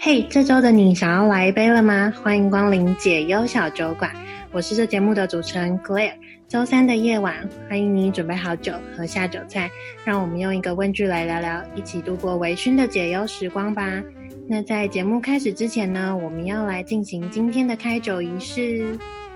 嘿，这周的你想要来一杯了吗？欢迎光临解忧小酒馆，我是这节目的主持人 Claire。周三的夜晚，欢迎你准备好酒和下酒菜，让我们用一个问句来聊聊，一起度过微醺的解忧时光吧。那在节目开始之前呢，我们要来进行今天的开酒仪式。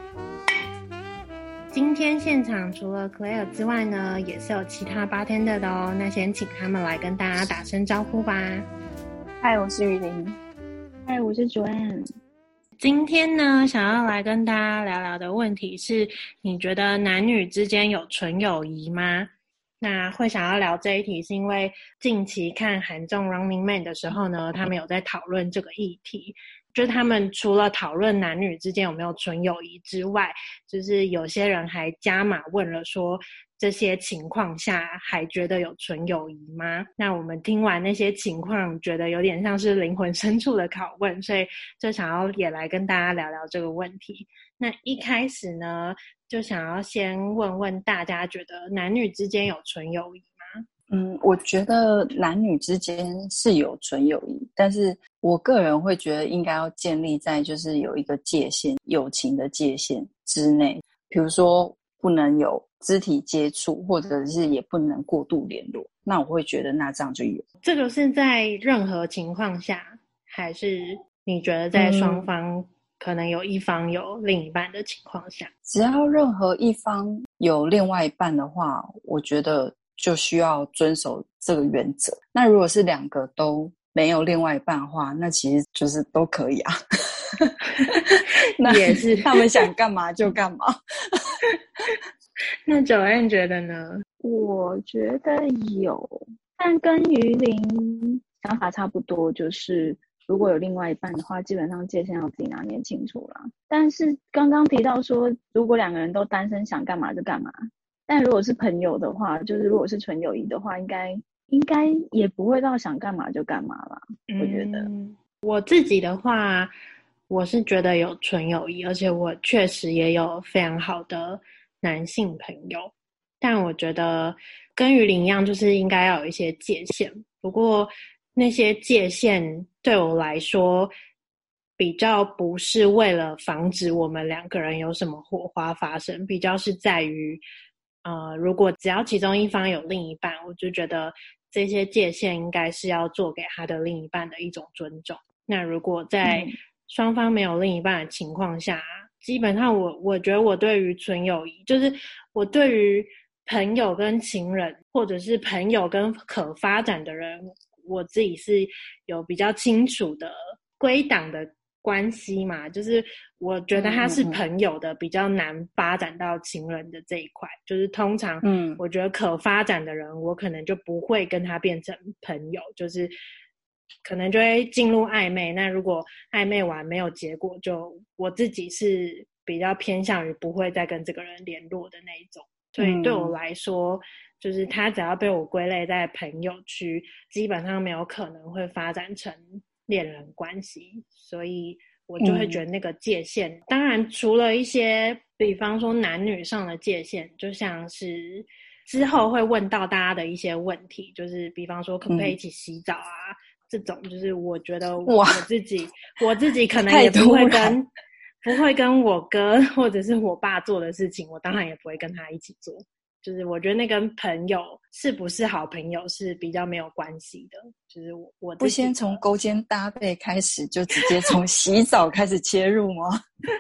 今天现场除了 Claire 之外呢，也是有其他 bartender 的哦。那先请他们来跟大家打声招呼吧。 嗨，我是雨林。 嗨，我是 Joanne。 今天呢，想要来跟大家聊聊的问题是，你觉得男女之间有纯友谊吗？那会想要聊这一题，是因为近期看韩综 Running Man 的时候呢，他们有在讨论这个议题。就是他们除了讨论男女之间有没有纯友谊之外，就是有些人还加码问了说，这些情况下还觉得有纯友谊吗？那我们听完那些情况，觉得有点像是灵魂深处的拷问，所以就想要也来跟大家聊聊这个问题。那一开始呢，就想要先问问大家，觉得男女之间有纯友谊吗？ 我觉得男女之间是有纯友谊，但是我个人会觉得应该要建立在就是有一个界限，友情的界限之内，比如说不能有肢体接触，或者是也不能过度联络，那我会觉得那这样就有。 这个是在任何情况下，还是你觉得在双方可能有一方有另一半的情况下？ 只要任何一方有另外一半的话，我觉得就需要遵守这个原则。那如果是两个都没有另外一半的话，那其实就是都可以啊。那也是他们想干嘛就干嘛。 那Joanne觉得呢？ 我觉得有，但跟于林想法差不多，就是如果有另外一半的话，基本上界限要自己拿捏清楚啦。但是刚刚提到说，如果两个人都单身，想干嘛就干嘛。但如果是朋友的话，就是如果是纯友谊的话，应该也不会到想干嘛就干嘛啦。我觉得我自己的话，我是觉得有纯友谊，而且我确实也有非常好的男性朋友。但我觉得跟于林一样，就是应该要有一些界限。不过那些界限对我来说，比较不是为了防止我们两个人有什么火花发生，比较是在于如果只要其中一方有另一半，我就觉得这些界限应该是要做给他的另一半的一种尊重。那如果在双方没有另一半的情况下，基本上我觉得我对于纯友谊，就是我对于朋友跟情人，或者是朋友跟可发展的人，我自己是有比较清楚的归档的关系嘛，就是我觉得他是朋友的，比较难发展到情人的这一块。就是通常我觉得可发展的人，我可能就不会跟他变成朋友，就是可能就会进入暧昧。那如果暧昧完没有结果，就我自己是比较偏向于不会再跟这个人联络的那一种。所以对我来说，就是他只要被我归类在朋友区，基本上没有可能会发展成恋人关系。所以我就会觉得那个界限，当然除了一些比方说男女上的界限，就像是之后会问到大家的一些问题，就是比方说可不可以一起洗澡啊，这种就是我觉得我自己可能也不会跟我哥或者是我爸做的事情，我当然也不会跟他一起做。就是我觉得那跟朋友是不是好朋友是比较没有关系的。就是我不先从勾肩搭背开始，就直接从洗澡开始切入吗？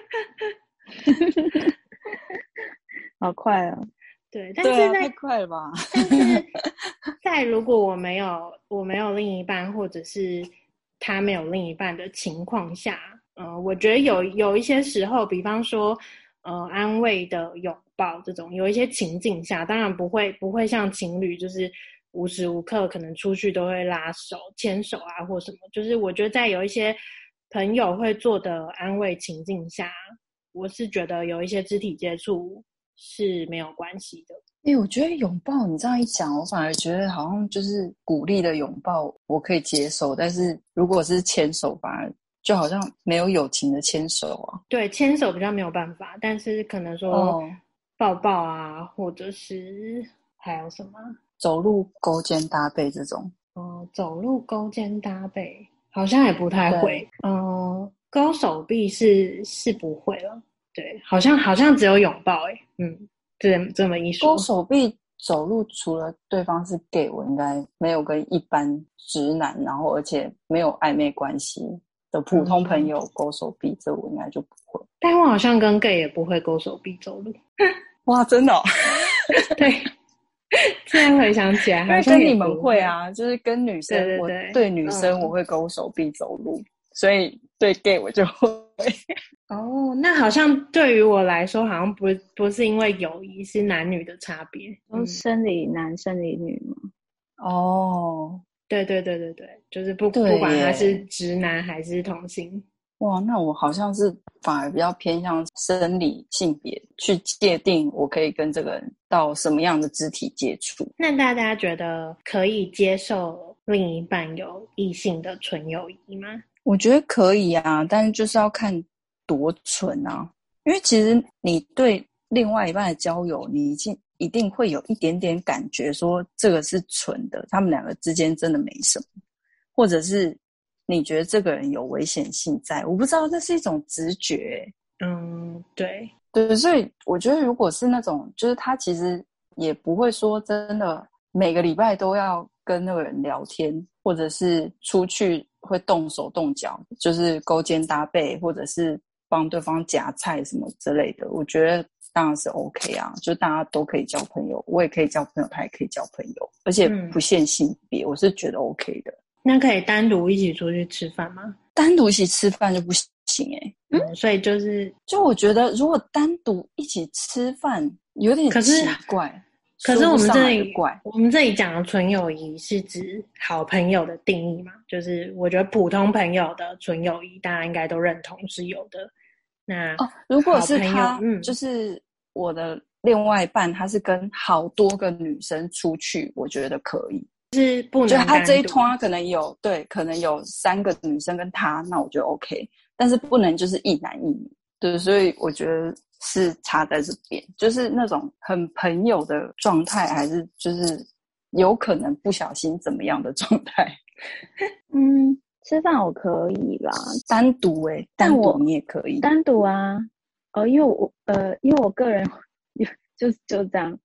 好快啊！ 对，但是太快了吧？ 但是在如果我没有另一半，或者是他没有另一半的情况下，我觉得有一些时候，比方说安慰的拥抱这种，有一些情境下，当然不会像情侣就是无时无刻可能出去都会拉手牵手啊或什么，就是我觉得在有一些朋友会做的安慰情境下，我是觉得有一些肢体接触是没有关系的。 我觉得拥抱你这样一讲，我反而觉得好像就是鼓励的拥抱我可以接受，但是如果是牵手反而就好像没有友情的牵手啊。 对，牵手比较没有办法，但是可能说抱抱啊，或者是还有什么走路勾肩搭背这种。 走路勾肩搭背好像也不太对， 会。勾手臂是不会了。对，好像只有拥抱。这么一勾说， 手臂走路，除了对方是 gay，我应该没有跟一般直男，然后而且没有暧昧关系的普通朋友勾手臂，这我应该就不会。 但我好像跟 gay 也不会勾手臂走路。 哇，真的哦。 对，现在回想起来， 因为好像也跟你们不会。 会啊，就是跟女对生，我对对， 对女生我会勾手臂走路，所以对 gay 我就会。 哦，那好像对于我来说，好像不是因为友谊，是男女的差别。 都生理男生理女嘛。 哦， 对对对对对，就是不对管他是耶， 直男还是同性。 哇，那我好像是反而比较偏向生理性别去界定，我可以跟这个人到什么样的肢体接触。 那大家觉得可以接受另一半有异性的纯友谊吗？ 我觉得可以啊，但是就是要看多纯啊，因为其实你对另外一半的交友，你一定会有一点点感觉，说这个是纯的，他们两个之间真的没什么，或者是你觉得这个人有危险性在，我不知道，这是一种直觉。 对， 对，所以我觉得如果是那种，就是他其实也不会说真的每个礼拜都要跟那个人聊天，或者是出去会动手动脚，就是勾肩搭背，或者是帮对方夹菜什么之类的。我觉得当然是 OK 啊，就大家都可以交朋友，我也可以交朋友，他也可以交朋友，而且不限性别，我是觉得 OK 的。 那可以单独一起出去吃饭吗？ 单独一起吃饭就不行所以就我觉得如果单独一起吃饭有点可是奇怪， 可是我们说不上这里来的怪。 我们这里讲的纯友谊是指好朋友的定义嘛？就是我觉得普通朋友的纯友谊，大家应该都认同是有的。那哦，如果好朋友， 是他，就是我的另外一半，他是跟好多个女生出去，我觉得可以。 是不就他这一能单独。 团可能有可能有3个女生跟他，那我觉得 OK，但是不能就是一男一女。对，所以我觉得是差在这边，就是那种很朋友的状态，还是就是有可能不小心怎么样的状态。 吃饭我可以啦， 单独单独你也可以。 单独啊。因为我个人就这样。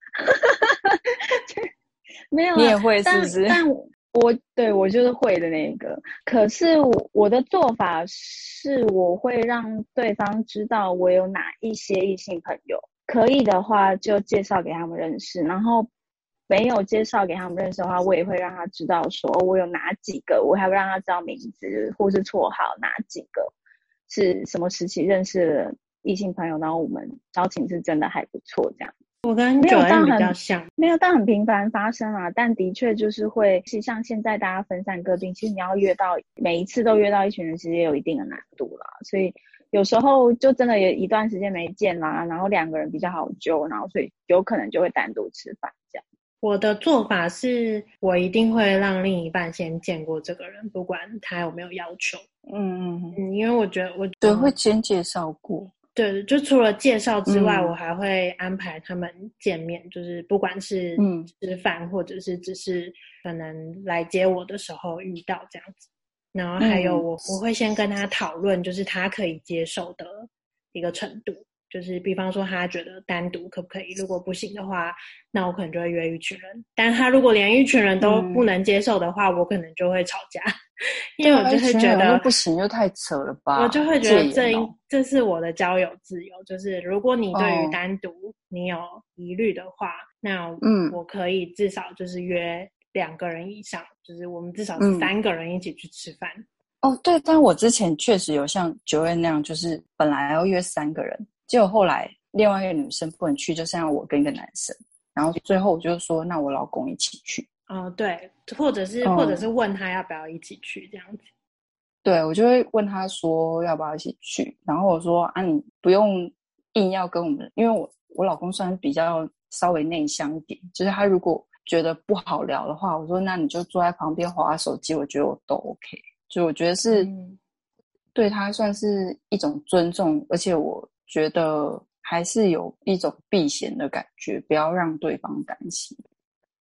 没有啊， 你也会是不是？ 但我就是会的那个。可是我的做法是，我会让对方知道我有哪一些异性朋友，可以的话就介绍给他们认识，然后没有介绍给他们认识的话，我也会让他知道说我有哪几个，我还会让他知道名字或是绰号，哪几个是什么时期认识的异性朋友，然后我们交情是真的还不错这样。 我跟九恩比较像， 没有到很频繁发生啊，但的确就是会，其实像现在大家分散各地，其实你要约到每一次都约到一群人，其实也有一定的难度啦。所以有时候就真的有一段时间没见啦，然后2个人比较好揪，然后所以有可能就会单独吃饭这样。 我的做法是我一定会让另一半先见过这个人，不管他有没有要求。因为我觉得对会先介绍过。 对，就除了介绍之外，我还会安排他们见面，就是不管是吃饭，或者是只是可能来接我的时候遇到这样子。然后还有我会先跟他讨论，就是他可以接受的一个程度。就是比方说他觉得单独可不可以，如果不行的话，那我可能就会约一群人。但他如果连一群人都不能接受的话，我可能就会吵架。因为我就会觉得不行就太扯了吧， 我就会觉得这是我的交友自由，就是如果你对于单独你有疑虑的话，那我可以至少就是约2个人以上，就是我们至少是3个人一起去吃饭。 对，但我之前确实有像9月那样，就是本来要约3个人，结果后来另外一个女生不能去，就剩下我跟一个男生，然后最后我就说那我老公一起去。 对，或者是问他要不要一起去这样子。 对，我就会问他说要不要一起去，然后我说你不用硬要跟我们，因为我老公算是比较稍微内向一点，就是他如果觉得不好聊的话，我说那你就坐在旁边滑手机，我觉得我都 OK。所以我觉得是对他算是一种尊重，而且我觉得还是有一种避嫌的感觉，不要让对方担心。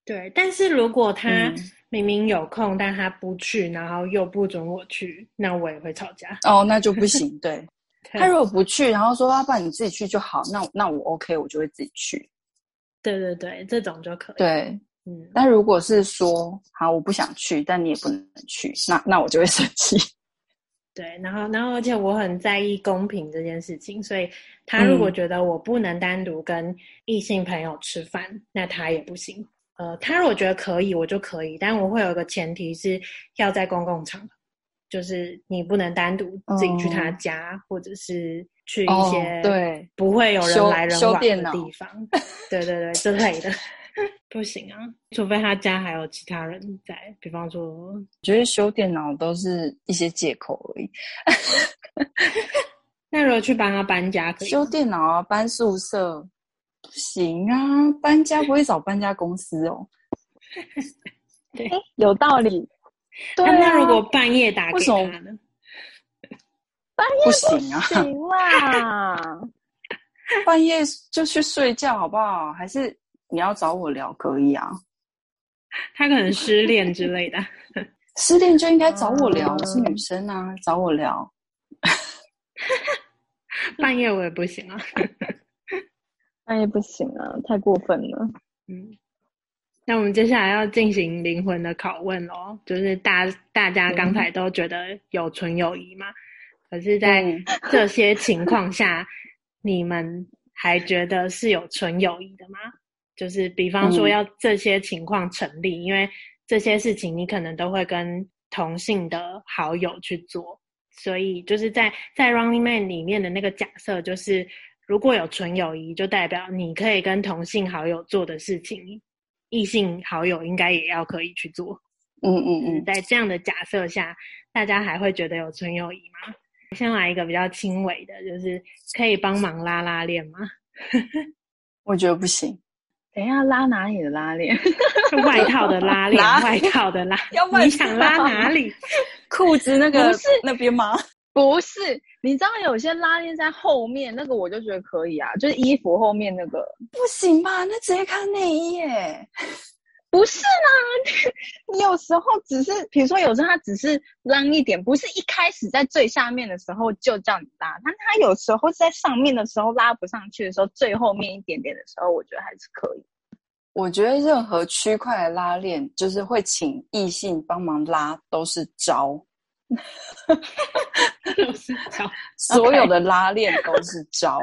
对，但是如果他明明有空，但他不去，然后又不准我去，那我也会吵架。 哦，那就不行。对， 对他如果不去，然后说要不然你自己去就好，那我 OK， 我就会自己去。 对对对，这种就可以。 对，但如果是说好我不想去，但你也不能去，那我就会生气。 对，然后而且我很在意公平这件事情，所以他如果觉得我不能单独跟异性朋友吃饭，那他也不行。他如果觉得可以，我就可以，但我会有一个前提是要在公共场合，就是你不能单独自己去他家，或者是去一些对不会有人来人往的修地方，对对对之类的。不行啊，除非他家还有其他人在，比方说， 我觉得修电脑都是一些借口而已。 那如果去帮他搬家可以吗？ 修电脑啊，搬宿舍不行啊，搬家不会找搬家公司哦。 对， 有道理。 对啊， 那如果半夜打给他呢？ 半夜不行啊， 行啦。 半夜就去睡觉好不好？还是你要找我聊可以啊？ 他可能失恋之类的。 失恋就应该找我聊，我是女生啊，找我聊。 半夜我也不行啊。 半夜不行啊，太过分了。 那我们接下来要进行灵魂的拷问咯，就是大家刚才都觉得有纯友谊嘛，可是在这些情况下，你们还觉得是有纯友谊的吗？就是比方说要这些情况成立，因为这些事情你可能都会跟同性的好友去做，所以就是在 Running Man 里面的那个假设，就是如果有纯友谊，就代表你可以跟同性好友做的事情，异性好友应该也要可以去做。在这样的假设下，大家还会觉得有纯友谊吗？先来一个比较轻微的，就是可以帮忙拉拉链吗？ 我觉得不行。 等一下，拉哪里的拉链？ 外套的拉链，外套的拉，你想拉哪里？ 裤子那个那边吗？ 不是，你知道有些拉链在后面，那个我就觉得可以啊，就是衣服后面那个。 不行吧？那直接看内衣耶。 不是啦，你有时候只是，比如说有时候他只是拉一点，不是一开始在最下面的时候就叫你拉，但他有时候在上面的时候拉不上去的时候，最后面一点点的时候，我觉得还是可以。 我觉得任何区块的拉链，就是会请异性帮忙拉，都是招。 都是招， 所有的拉链都是招。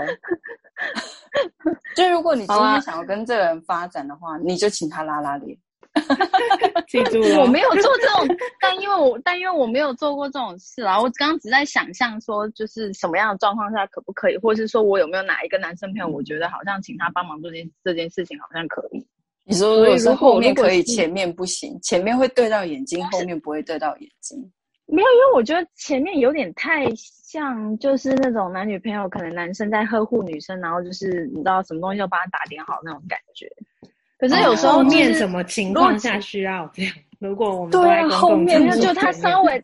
就如果你今天想要跟这个人发展的话，你就请他拉拉链。 记住了， 我没有做这种，但因为我没有做过这种事啊，我刚刚只在想象说，就是什么样的状况下可不可以，或是说我有没有哪一个男生朋友，我觉得好像请他帮忙做这件事情好像可以。 你说如果是后面可以，前面不行，前面会对到眼睛，后面不会对到眼睛。 没有，因为我觉得前面有点太像，就是那种男女朋友，可能男生在呵护女生，然后就是你知道什么东西要帮他打点好那种感觉。可是有时候、 后面什么情况下需要这样？如果我们都在公共后面就他稍微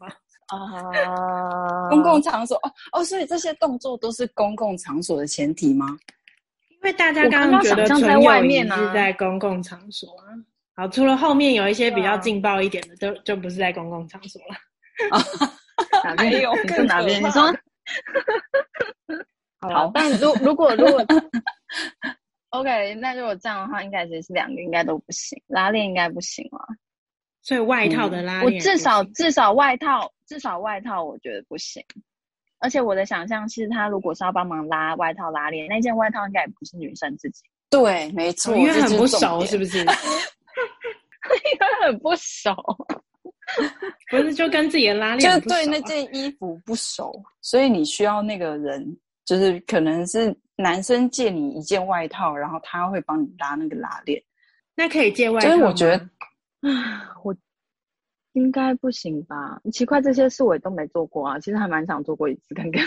公共场所所以这些动作都是公共场所的前提吗？ 因为大家刚刚觉得纯友谊是在公共场所啊。好，除了后面有一些比较劲爆一点的，就不是在公共场所了。 哪边有？你说哪边？你说好，但如果OK， 那如果这样的话，应该是两个应该都不行，拉链应该不行了。 所以外套的拉链， 我至少外套我觉得不行。而且我的想象是，他如果是要帮忙拉外套拉链，那件外套应该也不是女生自己。 对，没错， 因为很不熟，是不是？ 因为很不熟。 不是，就跟自己的拉链就对那件衣服不熟，所以你需要那个人，就是可能是男生借你一件外套，然后他会帮你拉那个拉链。 那可以借外套吗？ 所以我觉得， 我应该不行吧？奇怪，这些事我也都没做过啊。其实还蛮想做过一次看看。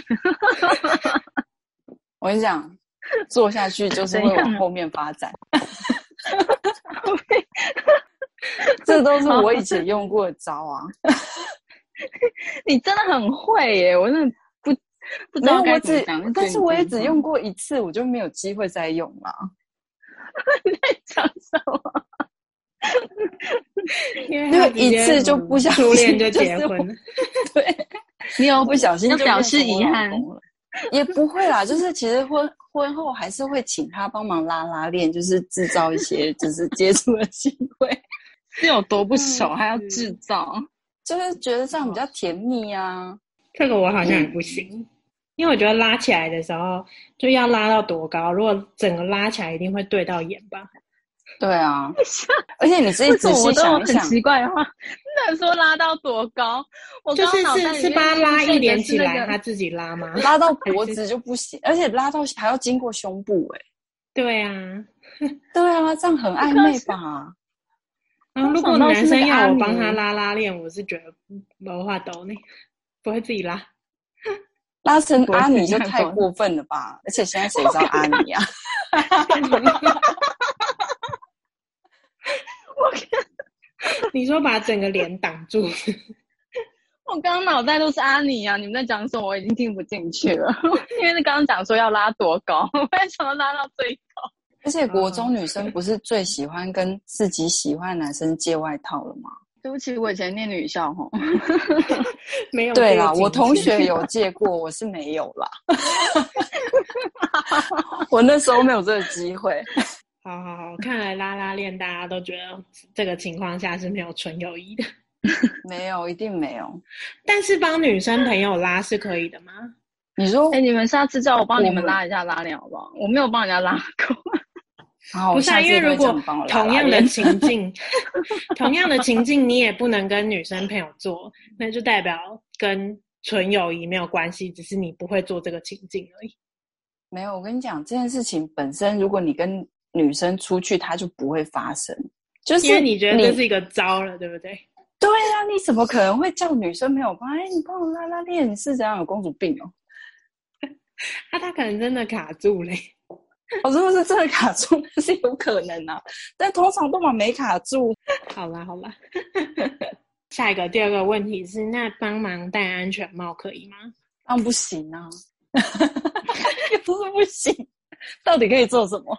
我跟你讲，做下去就是会往后面发展。这都是我以前用过的招啊。 你真的很会耶，我真的不知道该怎么讲。 但是我也只用过一次，我就没有机会再用了。 你在讲什么？ 因为那个他直接一次就不小心初恋就就是结婚了。 对， 你有不小心就表示变成我遗憾老公了。也不会啦，就是其实婚后还是会请他帮忙拉拉链，就是制造一些就是接触的机会， 是有多不熟，还要制造。 就是觉得这样比较甜蜜啊。 这个我好像也不行，因为我觉得拉起来的时候就要拉到多高，如果整个拉起来一定会对到眼吧。 对啊，而且你自己仔细我都有想一想， 很奇怪的话，那说拉到多高？我刚刚脑袋里面是把它拉一点起来， 是那个他自己拉吗？ 拉到脖子就不行，而且拉到还要经过胸部对啊， 对啊，这样很暧昧吧？ 然后如果男生要我帮他拉拉链，我是觉得没话抖呢，不会自己拉。 拉成阿尼就太过分了吧？而且现在谁知道阿尼啊？ 你说把整个脸挡住？ 我刚刚脑袋都是阿尼啊！你们在讲什么？我已经听不进去了，因为刚刚讲说要拉多高，我还想要拉到最高。 而且国中女生不是最喜欢跟自己喜欢的男生借外套了吗？ 对不起，我以前念女校吼， 没有。 对啦，我同学有借过，我是没有啦。我那时候没有这个机会。 好，看来拉拉链大家都觉得这个情况下是没有纯友谊的。 没有，一定没有。 但是帮女生朋友拉是可以的吗？ 你说， 你们下次叫我帮你们拉一下拉链好不好？我没有帮人家拉过。 好， 不是，因为如果同样的情境，同样的情境你也不能跟女生朋友做，那就代表跟纯友谊没有关系，只是你不会做这个情境而已。 没有，我跟你讲，这件事情本身，如果你跟女生出去，它就不会发生。就是因为你觉得这是一个招了，对不对？ 对啊，你怎么可能会叫女生朋友帮？你帮我拉拉链，你是怎样有公主病哦？ 他可能真的卡住嘞。 我如果是真的卡住，那是有可能啊，但通常都没卡住。 好啦，下一个第二个问题是，那帮忙戴安全帽可以吗？ 当然不行啊，也不是不行，到底可以做什么？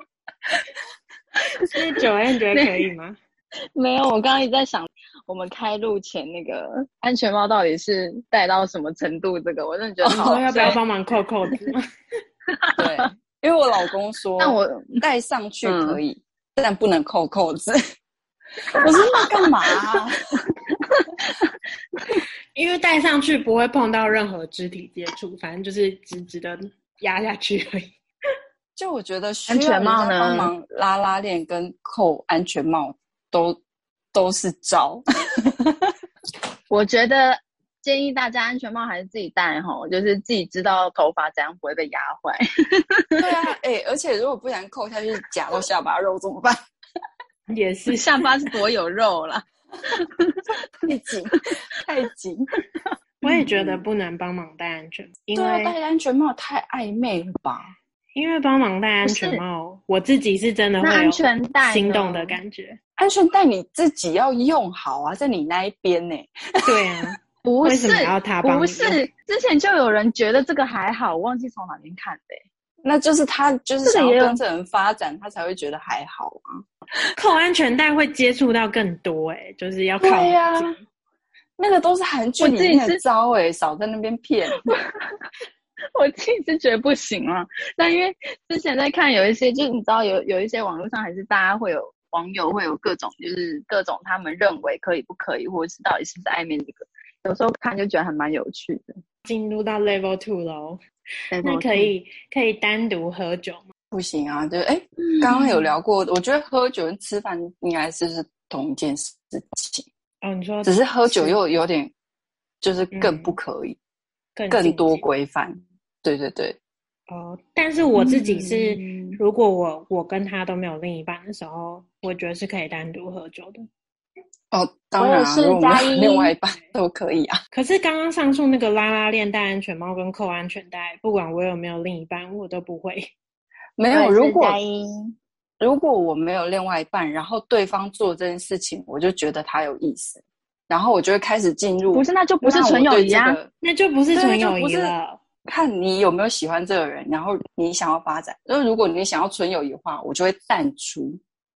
是9N觉得可以吗？ 没有，我刚刚一直在想，我们开录前那个安全帽到底是戴到什么程度？这个我真的觉得好。 要不要帮忙扣扣子？ 对，因为我老公说，但我戴上去可以，但不能扣扣子。我说那干嘛啊？ 因为戴上去不会碰到任何肢体接触，反正就是直直的压下去而已。 就我觉得需要人家帮忙拉拉链跟扣安全帽都是招。 我觉得建议大家安全帽还是自己戴齁，就是自己知道头发怎样不会被压坏。 对啊，而且如果不然扣下去夹到下巴肉怎么办？ 也是， 下巴是多有肉啦。 太紧。 我也觉得不能帮忙戴安全帽，因为戴安全帽太暧昧了吧？ 因为帮忙戴安全帽，我自己是真的会有心动的感觉。 安全带你自己要用好啊，在你那一边呢。 对啊， 不是， 为什么要他帮你？ 不是，之前就有人觉得这个还好，我忘记从哪边看的。 那就是他就是想要跟这人发展，他才会觉得还好啊。 扣安全带会接触到更多就是要靠近。 对啊，那个都是韩剧里面的招少在那边骗。 我自己是觉得不行啊，但因为之前在看有一些，就你知道有一些网络上还是大家会有网友会有各种就是各种他们认为可以不可以，或者是到底是不是暧昧这个，有时候看就觉得还蛮有趣的。 进入到 Level 2咯，那可以单独喝酒吗？ 不行啊，就是刚刚有聊过，我觉得喝酒跟吃饭应该是同一件事情。 哦，你说只是喝酒又有点就是更不可以，更多规范。对对对。 但是我自己是，如果我跟他都没有另一半的时候，我觉得是可以单独喝酒的。 当然啊，如果我们另外一半都可以啊。 可是刚刚上述那个拉拉链、戴安全帽跟扣安全带，不管我有没有另一半，我都不会。 没有，如果我没有另外一半，然后对方做这件事情，我就觉得他有意思，然后我就会开始进入。 不是，那就不是纯友谊啊， 那就不是纯友谊了。 看你有没有喜欢这个人，然后你想要发展。如果你想要纯友谊的话，我就会淡出。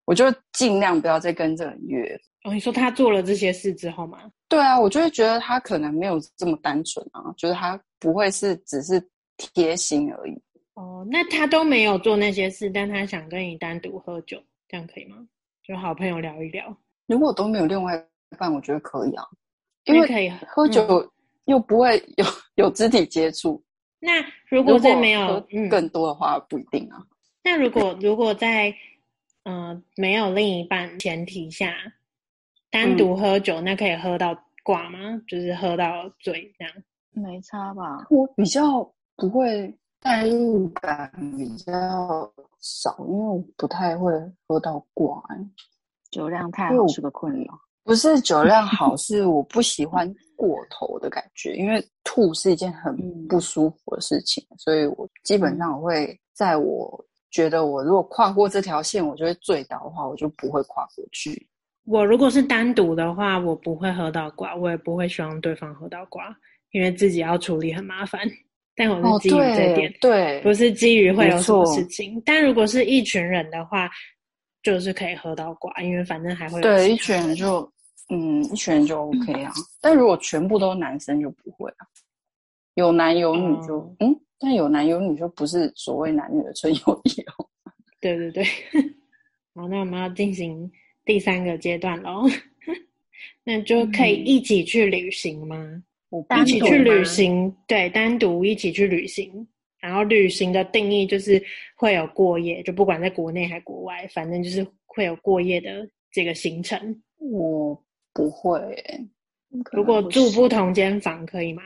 我就尽量不要再跟这个人约。 哦，你说他做了这些事之后吗？ 对啊，我就会觉得他可能没有这么单纯啊，就是他不会是只是贴心而已。 哦，那他都没有做那些事，但他想跟你单独喝酒，这样可以吗？就好朋友聊一聊。 如果都没有另外一半，我觉得可以啊，因为可以喝酒又不会有肢体接触。 那如果在没有喝更多的话，不一定啊。 那如果在没有另一半前提下，单独喝酒，那可以喝到挂吗？就是喝到醉这样？ 没差吧？ 我比较不会代入感比较少，因为我不太会喝到挂。 酒量太好是个困扰。 不是酒量好，是我不喜欢过头的感觉，因为吐是一件很不舒服的事情，所以我基本上我会在我觉得我如果跨过这条线，我就会醉倒的话，我就不会跨过去。 我如果是单独的话，我不会喝到挂，我也不会希望对方喝到挂，因为自己要处理很麻烦。但我是基于这点， 对， 不是基于会有什么事情。但如果是一群人的话，就是可以喝到挂，因为反正还会有对一群人就一群人就 OK 啊。但如果全部都是男生就不会啊，有男有女就但有男有女就不是所谓男女的纯友谊哦。 对对对。好，那我们要进行第3个阶段咯。那就可以一起去旅行吗？一起去旅行，对，单独一起去旅行。然后旅行的定义就是会有过夜，就不管在国内还国外，反正就是会有过夜的这个行程。 我不会耶。 如果住不同间房可以吗？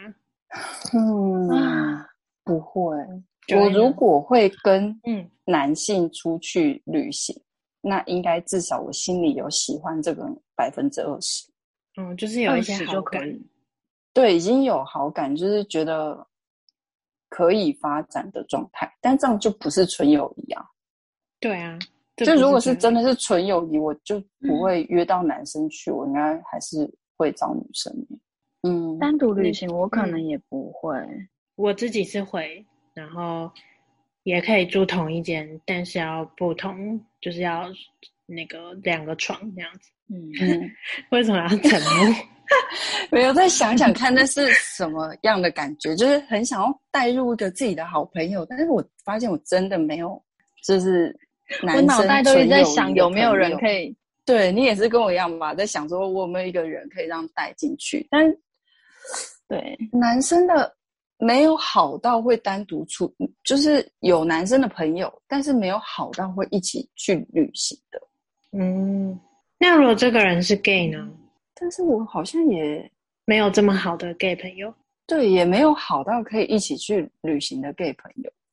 不会。我如果会跟男性出去旅行，那应该至少我心里有喜欢这个人20%。 就是有一些好感。 对，已经有好感，就是觉得可以发展的状态，但这样就不是纯友谊啊。 对啊， 就如果是真的是纯友谊，我就不会约到男生去，我应该还是会找女生。 单独旅行我可能也不会。 我自己是会，然后也可以住同一间，但是要不同，就是要那个2个床这样子。为什么要沉默？ 没有，再想想看那是什么样的感觉，就是很想要带入一个自己的好朋友，但是我发现我真的没有，就是男生我脑袋都一直在想有没有人可以。 对，你也是跟我一样吧，在想说我有没有一个人可以让带进去，但对男生的没有好到会单独出，就是有男生的朋友，但是没有好到会一起去旅行的。 那如果这个人是 gay 呢？ 但是我好像也没有这么好的 gay 朋友。 对，也没有好到可以一起去旅行的 gay 朋友。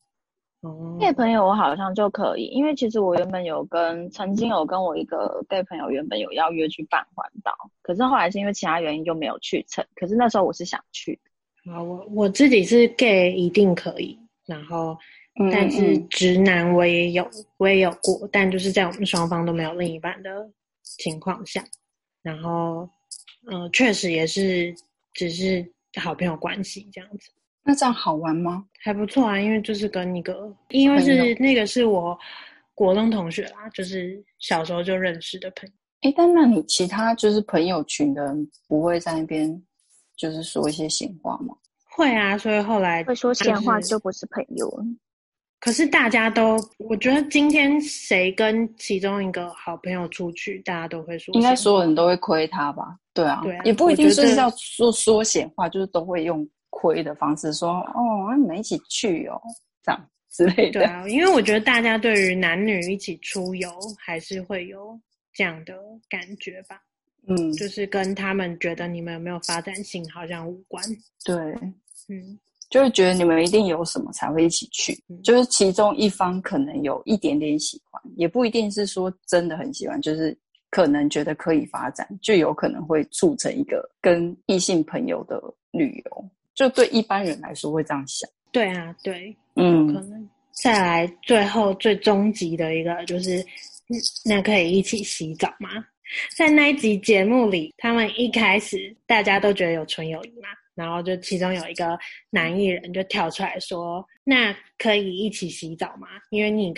gay 朋友我好像就可以，因为其实我原本曾经有跟我一个 gay 朋友原本有要约去办环岛，可是后来是因为其他原因就没有去成。可是那时候我是想去的。 我自己是 gay 一定可以，然后但是直男我也有过，但就是在我们双方都没有另一半的情况下，然后确实也是只是好朋友关系这样子。 那这样好玩吗？ 还不错啊，因为就是跟因为是那个是我国中同学啦，就是小时候就认识的朋友。 但那你其他就是朋友群的人不会在那边就是说一些闲话吗？ 会啊，所以后来会说闲话就不是朋友了。 可是大家都，我觉得今天谁跟其中一个好朋友出去，大家都会说， 应该所有人都会亏他吧？对啊，也不一定是要说闲话，就是都会用亏的方式说你们一起去哦，这样之类的。 对啊，因为我觉得大家对于男女一起出游还是会有这样的感觉吧。就是跟他们觉得你们有没有发展性好像无关。 对，就会觉得你们一定有什么才会一起去，就是其中一方可能有一点点喜欢，也不一定是说真的很喜欢，就是可能觉得可以发展，就有可能会促成一个跟异性朋友的旅游，就对一般人来说会这样想。 对啊，对，有可能。再来最后最终极的一个就是那可以一起洗澡吗？在那一集节目里，他们一开始大家都觉得有纯友谊嘛，然后就其中有一个男艺人就跳出来说，那可以一起洗澡吗？因为你跟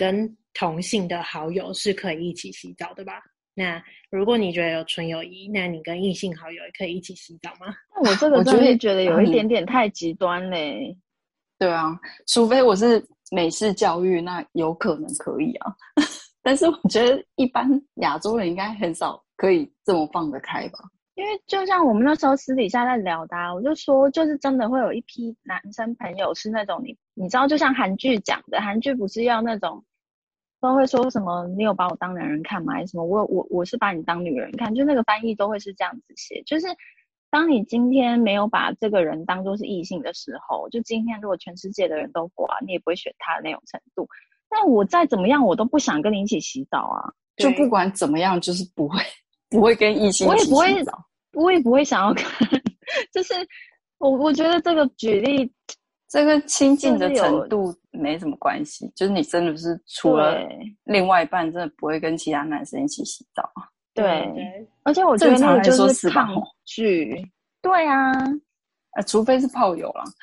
同性的好友是可以一起洗澡的吧？那如果你觉得有纯友谊，那你跟异性好友也可以一起洗澡吗？ 那我这个我觉得真的是觉得有一点点太极端嘞。 对啊，除非我是美式教育，那有可能可以啊。但是我觉得一般亚洲人应该很少可以这么放得开吧。 因为就像我们那时候私底下在聊的我就说就是真的会有一批男生朋友是那种你知道就像韩剧讲的，韩剧不是要那种都会说什么你有把我当男人看吗，还是什么我是把你当女人看，就那个翻译都会是这样子写，就是当你今天没有把这个人当作是异性的时候，就今天如果全世界的人都挂，你也不会选他的那种程度，那我再怎么样我都不想跟你一起洗澡啊， 就不管怎么样就是不会跟异性一起洗澡， 我也不会想要看就是我觉得这个举例这跟亲近的程度没什么关系，就是你真的是除了另外一半真的不会跟其他男生一起洗澡。 对，而且我觉得那个就是抗拒。对啊， 除非是炮友啦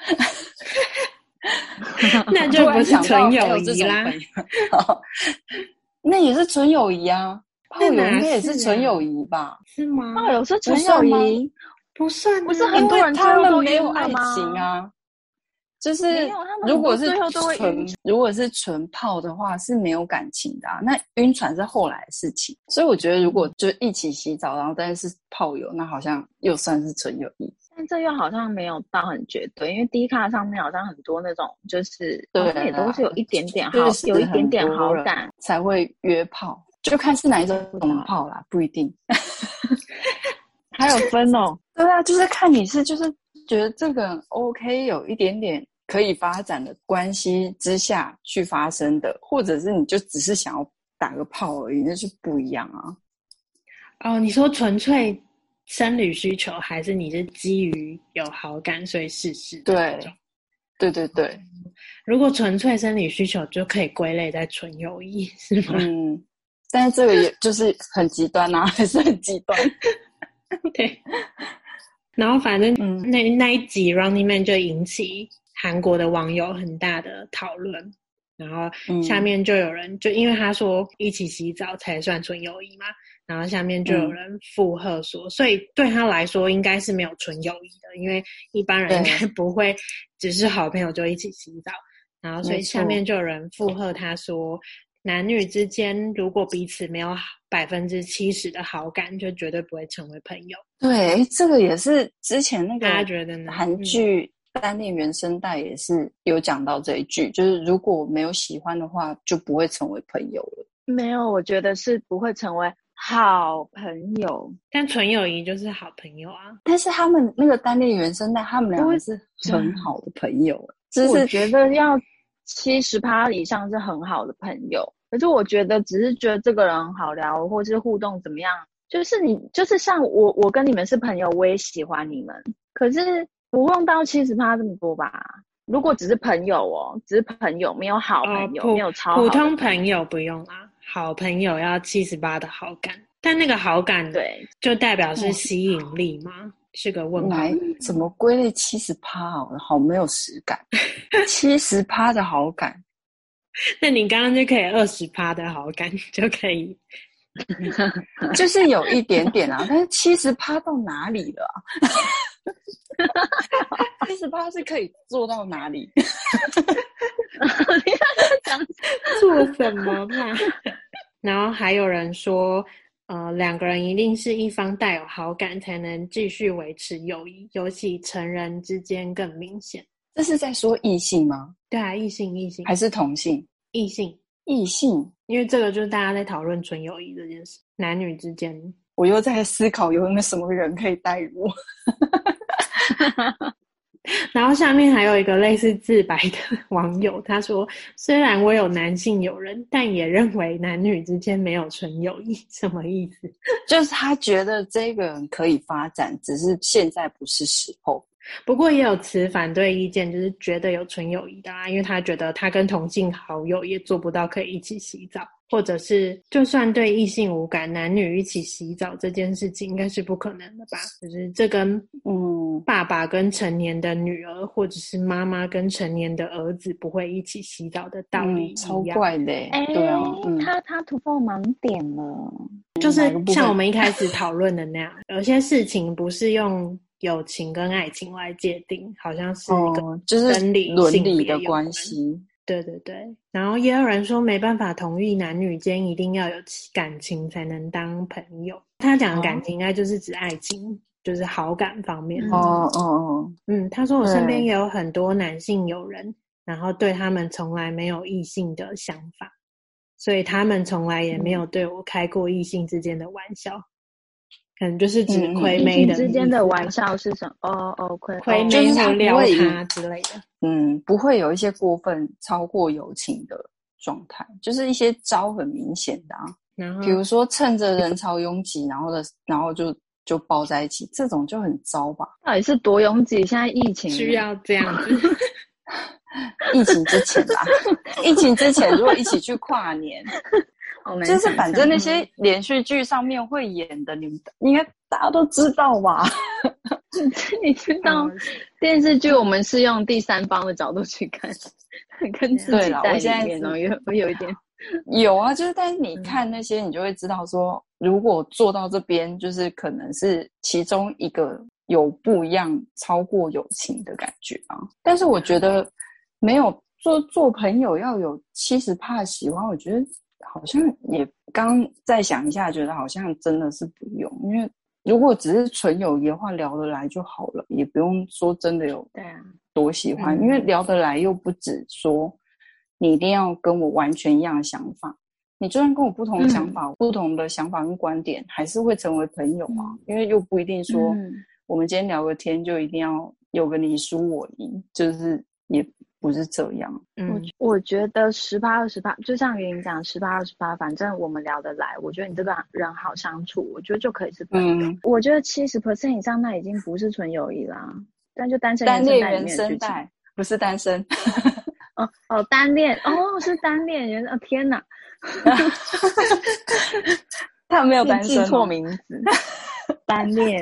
那就不是纯友谊啦。 那也是纯友谊啊，炮友应该也是纯友谊吧？ 是吗？ 炮友是纯友谊， 不算， 不是很多人他们没有爱情啊。就是如果是纯炮的话是没有感情的那晕船是后来的事情，所以我觉得如果就一起洗澡然后但是炮友，那好像又算是纯友谊， 但这又好像没有到很绝对，因为 D 卡上面好像很多那种就是对也都是有一点点有一点点好感才会约炮，就看是哪一种炮啦，不一定还有分哦。 对啊，就是看你是就是觉得这个 OK 有一点点可以发展的关系之下去发生的，或者是你就只是想要打个炮而已，那就不一样啊。 你说纯粹生理需求，还是你是基于有好感所以试试的那种？ 对对对对。 如果纯粹生理需求就可以归类在纯友谊，是吗？ 但是这个也就是很极端啊，还是很极端。 对。然后反正那一集 Running Man 就引起韩国的网友很大的讨论，然后下面就有人就因为他说一起洗澡才算纯友谊嘛，然后下面就有人附和说所以对他来说应该是没有纯友谊的，因为一般人应该不会只是好朋友就一起洗澡，然后所以下面就有人附和他说男女之间如果彼此没有70%的好感，就绝对不会成为朋友。 对，这个也是之前那大家觉得呢？ 韩剧单恋原声带也是有讲到这一句，就是如果没有喜欢的话，就不会成为朋友了。 没有，我觉得是不会成为好朋友， 但纯友谊就是好朋友啊。 但是他们那个单恋原声带，他们两个是很好的朋友， 我觉得要70%以上是很好的朋友。可是我觉得只是觉得这个人好聊，或是互动怎么样，就是你就是像我跟你们是朋友，我也喜欢你们，可是不用到70%这么多吧。如果只是朋友只是朋友，没有好朋友，没有超好的普通朋友不用啦，好朋友要70%的好感，但那个好感对就代表是吸引力吗？是个问号。 怎么归类70%好没有实感70%的好感那你刚刚就可以20%的好感就可以就是有一点点啊，但是70%到哪里了70%是可以做到哪里你在讲做什么嘛然后还有人说两个人一定是一方带有好感才能继续维持友谊，尤其成人之间更明显。 这是在说异性吗？ 对啊，异性还是同性？ 异性，因为这个就是大家在讨论纯友谊这件事，男女之间。 我又在思考有没有什么人可以带入然后下面还有一个类似自白的网友，他说虽然我有男性友人，但也认为男女之间没有纯友谊。什么意思？ 就是他觉得这个人可以发展，只是现在不是时候。 不过也有持反对意见，就是觉得有纯友谊的因为他觉得他跟同性好友也做不到可以一起洗澡。 或者是就算对异性无感，男女一起洗澡这件事情应该是不可能的吧？就是这跟爸爸跟成年的女儿，或者是妈妈跟成年的儿子不会一起洗澡的道理一样。 超怪的对啊， 他突破盲点了， 就是像我们一开始讨论的那样，有些事情不是用友情跟爱情来界定，好像是一个就是生理伦性别理的有关关系。 对对对，然后也有人说没办法同意男女间一定要有感情才能当朋友。他讲的感情应该就是指爱情，就是好感方面的。他说我身边也有很多男性友人，然后对他们从来没有异性的想法，所以他们从来也没有对我开过异性之间的玩笑。可能就是指亏妹的异性之间的玩笑是什么？ 亏妹或撩他之类的。 不会有一些过分超过友情的状态，就是一些招很明显的啊。然后比如说趁着人潮拥挤，然后就抱在一起，这种就很糟吧？ 到底是多拥挤？现在疫情需要这样子。 疫情之前啦，疫情之前如果一起去跨年。就是反正那些连续剧上面会演的，你们应该大家都知道吧？ 你知道电视剧我们是用第三方的角度去看，跟自己在里面哦，有一点有啊，就是但是你看那些，你就会知道说，如果做到这边，就是可能是其中一个有不一样超过友情的感觉啊。但是我觉得没有做朋友要有70%喜欢，我觉得。好像也刚再想一下，觉得好像真的是不用，因为如果只是纯友谊的话，聊得来就好了，也不用说真的有多喜欢，因为聊得来又不止说你一定要跟我完全一样的想法，你就算跟我不同的想法，不同的想法跟观点，还是会成为朋友啊，因为又不一定说我们今天聊个天就一定要有个你输我赢，就是也不是这样。 我觉得10%-20%，就像云讲10%-20%，反正我们聊得来，我觉得你这个人好相处，我觉得就可以是朋友。我觉得70% 以上那已经不是纯友谊啦，但就单恋原声带不是单身。 单恋是单恋原声，天哪！ 他没有单身， 记错名字。单恋。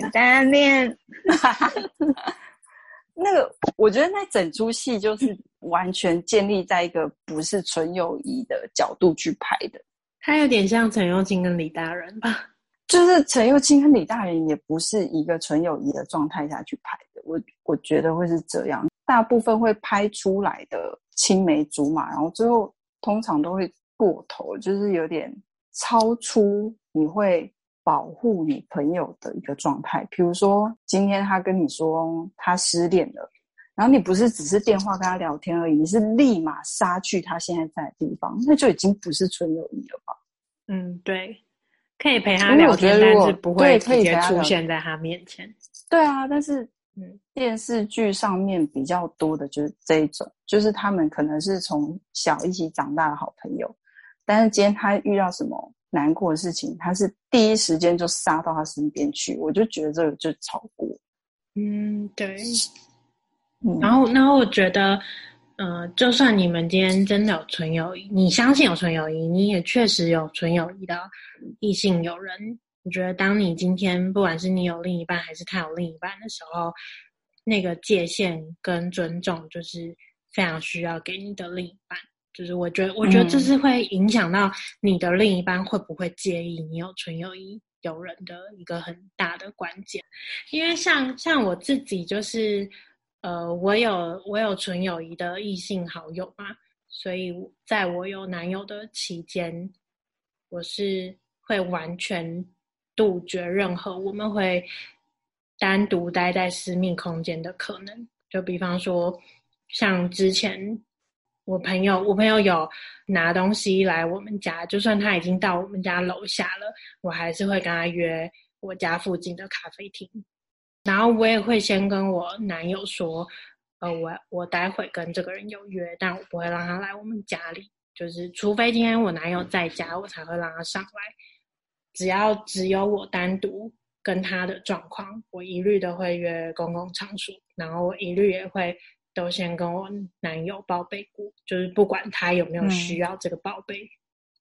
那个，我觉得那整出戏就是完全建立在一个不是纯友谊的角度去拍的。 他有点像陈幼卿跟李大人吧？ 就是陈幼卿跟李大人也不是一个纯友谊的状态下去拍的。我觉得会是这样，大部分会拍出来的青梅竹马，然后最后通常都会过头，就是有点超出你会保护你朋友的一个状态。比如说今天他跟你说他失恋了，然后你不是只是电话跟他聊天而已，你是立马杀去他现在在的地方，那就已经不是纯友谊了吧？ 对，可以陪他聊天，但是不会直接出现在他面前。 对啊，但是电视剧上面比较多的就是这一种，就是他们可能是从小一起长大的好朋友，但是今天他遇到什么难过的事情，他是第一时间就杀到他身边去，我就觉得这个就超过。 对。然后我觉得就算你们今天真的有纯友谊，你相信有纯友谊，你也确实有纯友谊的异性友人，我觉得当你今天不管是你有另一半还是他有另一半的时候，那个界限跟尊重就是非常需要给你的另一半。就是我觉得这是会影响到你的另一半会不会介意你有纯友谊友人的一个很大的关键。因为像我自己就是我有纯友谊的异性好友嘛，所以在我有男友的期间，我是会完全杜绝任何我们会单独待在私密空间的可能。就比方说像之前我朋友有拿东西来我们家，就算他已经到我们家楼下了，我还是会跟他约我家附近的咖啡厅。然后我也会先跟我男友说我待会跟这个人有约，但我不会让他来我们家里，就是除非今天我男友在家，我才会让他上来。只有我单独跟他的状况，我一律都会约公共场所，然后我一律也会都先跟我男友报备过，就是不管他有没有需要这个报备。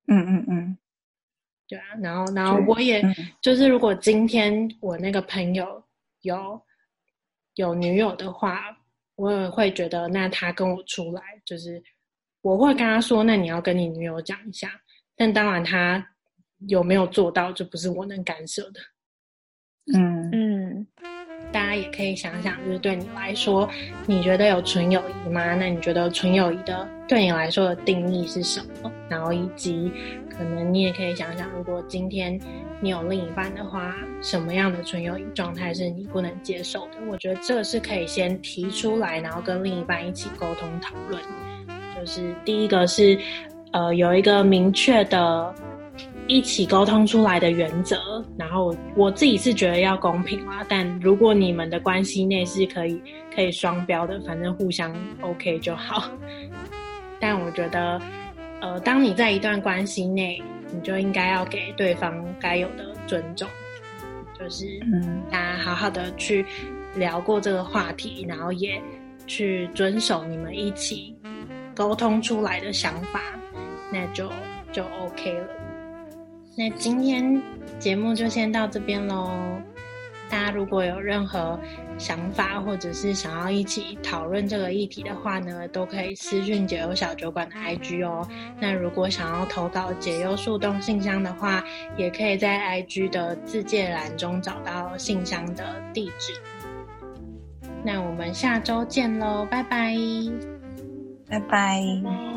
对啊，然后我也就是如果今天我那个朋友有女友的话，我也会觉得那他跟我出来，就是我会跟他说，那你要跟你女友讲一下，但当然他有没有做到就不是我能干涉的。大家也可以想想，就是对你来说，你觉得有纯友谊吗？那你觉得纯友谊的对你来说的定义是什么？然后以及可能你也可以想想，如果今天你有另一半的话，什么样的纯友谊状态是你不能接受的？我觉得这个是可以先提出来，然后跟另一半一起沟通讨论。就是第一个是有一个明确的一起沟通出来的原则，然后我自己是觉得要公平啦，但如果你们的关系内是可以双标的，反正互相 OK 就好。但我觉得当你在一段关系内，你就应该要给对方该有的尊重，就是大家好好的去聊过这个话题，然后也去遵守你们一起沟通出来的想法，那就 OK 了。那今天节目就先到这边咯，大家如果有任何想法或者是想要一起讨论这个议题的话呢，都可以私讯解忧小酒馆的 IG 哦。那如果想要投稿解忧树洞信箱的话，也可以在 IG 的自介栏中找到信箱的地址。那我们下周见咯，拜拜。 拜拜。